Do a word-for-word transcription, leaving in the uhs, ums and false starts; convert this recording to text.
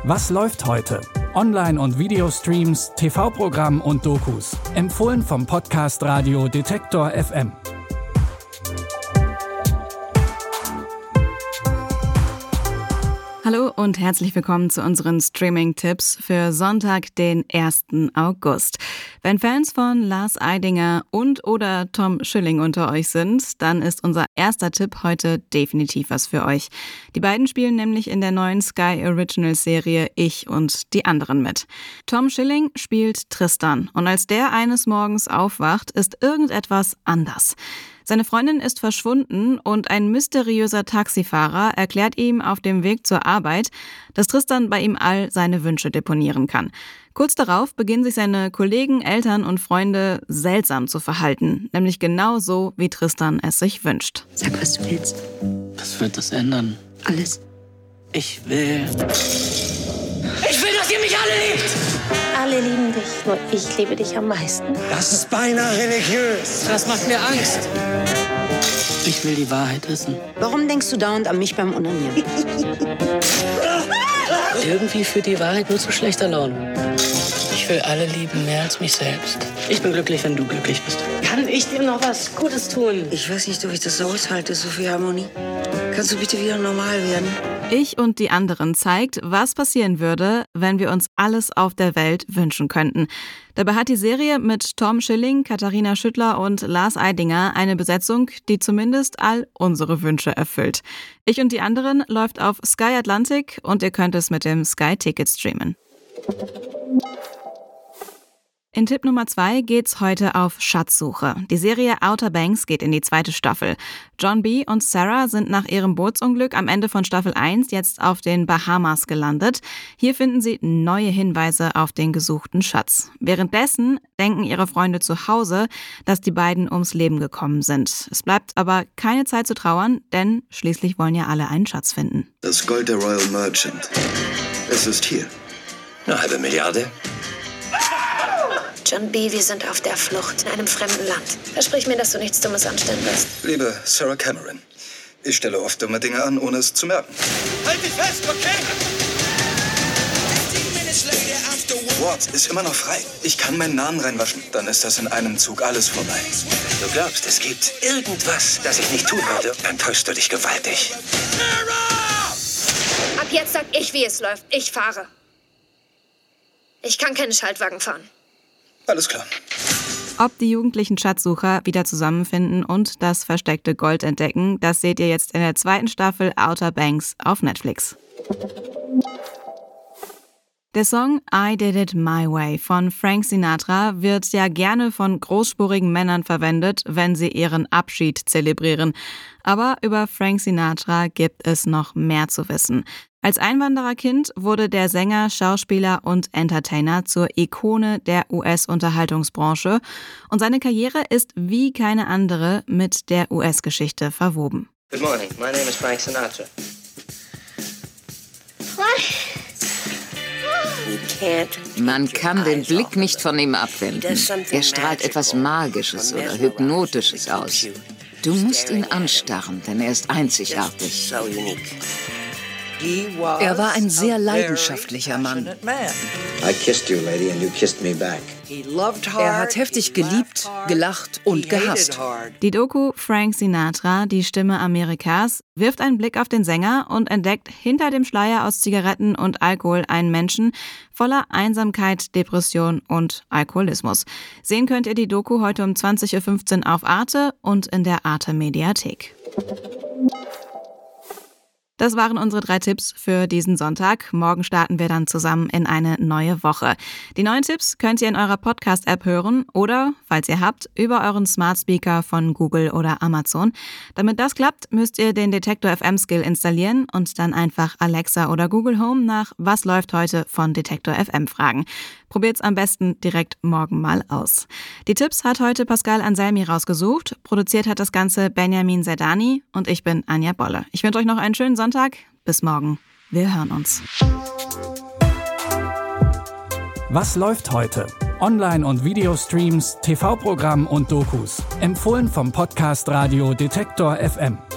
Was läuft heute? Online- und Videostreams, T V-Programm und Dokus. Empfohlen vom Podcast Radio Detektor F M. Hallo und herzlich willkommen zu unseren Streaming-Tipps für Sonntag, den ersten August. Wenn Fans von Lars Eidinger und oder Tom Schilling unter euch sind, dann ist unser erster Tipp heute definitiv was für euch. Die beiden spielen nämlich in der neuen Sky Originals-Serie Ich und die anderen mit. Tom Schilling spielt Tristan und als der eines Morgens aufwacht, ist irgendetwas anders. Seine Freundin ist verschwunden und ein mysteriöser Taxifahrer erklärt ihm auf dem Weg zur Arbeit, dass Tristan bei ihm all seine Wünsche deponieren kann. Kurz darauf beginnen sich seine Kollegen, Eltern und Freunde seltsam zu verhalten, nämlich genau so, wie Tristan es sich wünscht. Sag, was du willst. Was wird das ändern? Alles. Ich will... Ich will, dass ihr mich alle liebt! Alle lieben dich, nur ich liebe dich am meisten. Das ist beinahe religiös. Das macht mir Angst. Ich will die Wahrheit wissen. Warum denkst du dauernd an mich beim Onanieren? Irgendwie führt die Wahrheit nur zu schlechter Laune. Ich will alle lieben, mehr als mich selbst. Ich bin glücklich, wenn du glücklich bist. Kann ich dir noch was Gutes tun? Ich weiß nicht, ob ich das aushalte, so viel Harmonie. Kannst du bitte wieder normal werden? Ich und die anderen zeigt, was passieren würde, wenn wir uns alles auf der Welt wünschen könnten. Dabei hat die Serie mit Tom Schilling, Katharina Schüttler und Lars Eidinger eine Besetzung, die zumindest all unsere Wünsche erfüllt. Ich und die anderen läuft auf Sky Atlantic und ihr könnt es mit dem Sky Ticket streamen. In Tipp Nummer zwei geht's heute auf Schatzsuche. Die Serie Outer Banks geht in die zweite Staffel. John B. und Sarah sind nach ihrem Bootsunglück am Ende von Staffel eins jetzt auf den Bahamas gelandet. Hier finden sie neue Hinweise auf den gesuchten Schatz. Währenddessen denken ihre Freunde zu Hause, dass die beiden ums Leben gekommen sind. Es bleibt aber keine Zeit zu trauern, denn schließlich wollen ja alle einen Schatz finden. Das Gold der Royal Merchant. Es ist hier. Eine halbe Milliarde? John B., wir sind auf der Flucht in einem fremden Land. Versprich mir, dass du nichts Dummes anstellen wirst. Liebe Sarah Cameron, ich stelle oft dumme Dinge an, ohne es zu merken. Halt dich fest, okay? Ward ist immer noch frei. Ich kann meinen Namen reinwaschen. Dann ist das in einem Zug alles vorbei. Du glaubst, es gibt irgendwas, das ich nicht tun würde, dann täuschst du dich gewaltig. Ab jetzt sag ich, wie es läuft. Ich fahre. Ich kann keine Schaltwagen fahren. Alles klar. Ob die jugendlichen Schatzsucher wieder zusammenfinden und das versteckte Gold entdecken, das seht ihr jetzt in der zweiten Staffel Outer Banks auf Netflix. Der Song I Did It My Way von Frank Sinatra wird ja gerne von großspurigen Männern verwendet, wenn sie ihren Abschied zelebrieren. Aber über Frank Sinatra gibt es noch mehr zu wissen. Als Einwandererkind wurde der Sänger, Schauspieler und Entertainer zur Ikone der U S-Unterhaltungsbranche und seine Karriere ist wie keine andere mit der U S-Geschichte verwoben. Good morning, my name is Frank Sinatra. Man kann den Blick nicht von ihm abwenden. Er strahlt etwas Magisches oder Hypnotisches aus. Du musst ihn anstarren, denn er ist einzigartig. Er war ein sehr leidenschaftlicher Mann. I kissed you, lady, and you kissed me back. Er hat heftig geliebt, gelacht und gehasst. Die Doku Frank Sinatra, die Stimme Amerikas, wirft einen Blick auf den Sänger und entdeckt hinter dem Schleier aus Zigaretten und Alkohol einen Menschen voller Einsamkeit, Depression und Alkoholismus. Sehen könnt ihr die Doku heute um zwanzig Uhr fünfzehn auf Arte und in der Arte Mediathek. Das waren unsere drei Tipps für diesen Sonntag. Morgen starten wir dann zusammen in eine neue Woche. Die neuen Tipps könnt ihr in eurer Podcast-App hören oder, falls ihr habt, über euren Smart Speaker von Google oder Amazon. Damit das klappt, müsst ihr den Detektor F M Skill installieren und dann einfach Alexa oder Google Home nach Was läuft heute von Detektor F M fragen. Probiert's am besten direkt morgen mal aus. Die Tipps hat heute Pascal Anselmi rausgesucht. Produziert hat das Ganze Benjamin Zerdani und ich bin Anja Bolle. Ich wünsche euch noch einen schönen Sonntag. Bis morgen. Wir hören uns. Was läuft heute? Online- und Videostreams, T V-Programm und Dokus. Empfohlen vom Podcast Radio Detektor F M.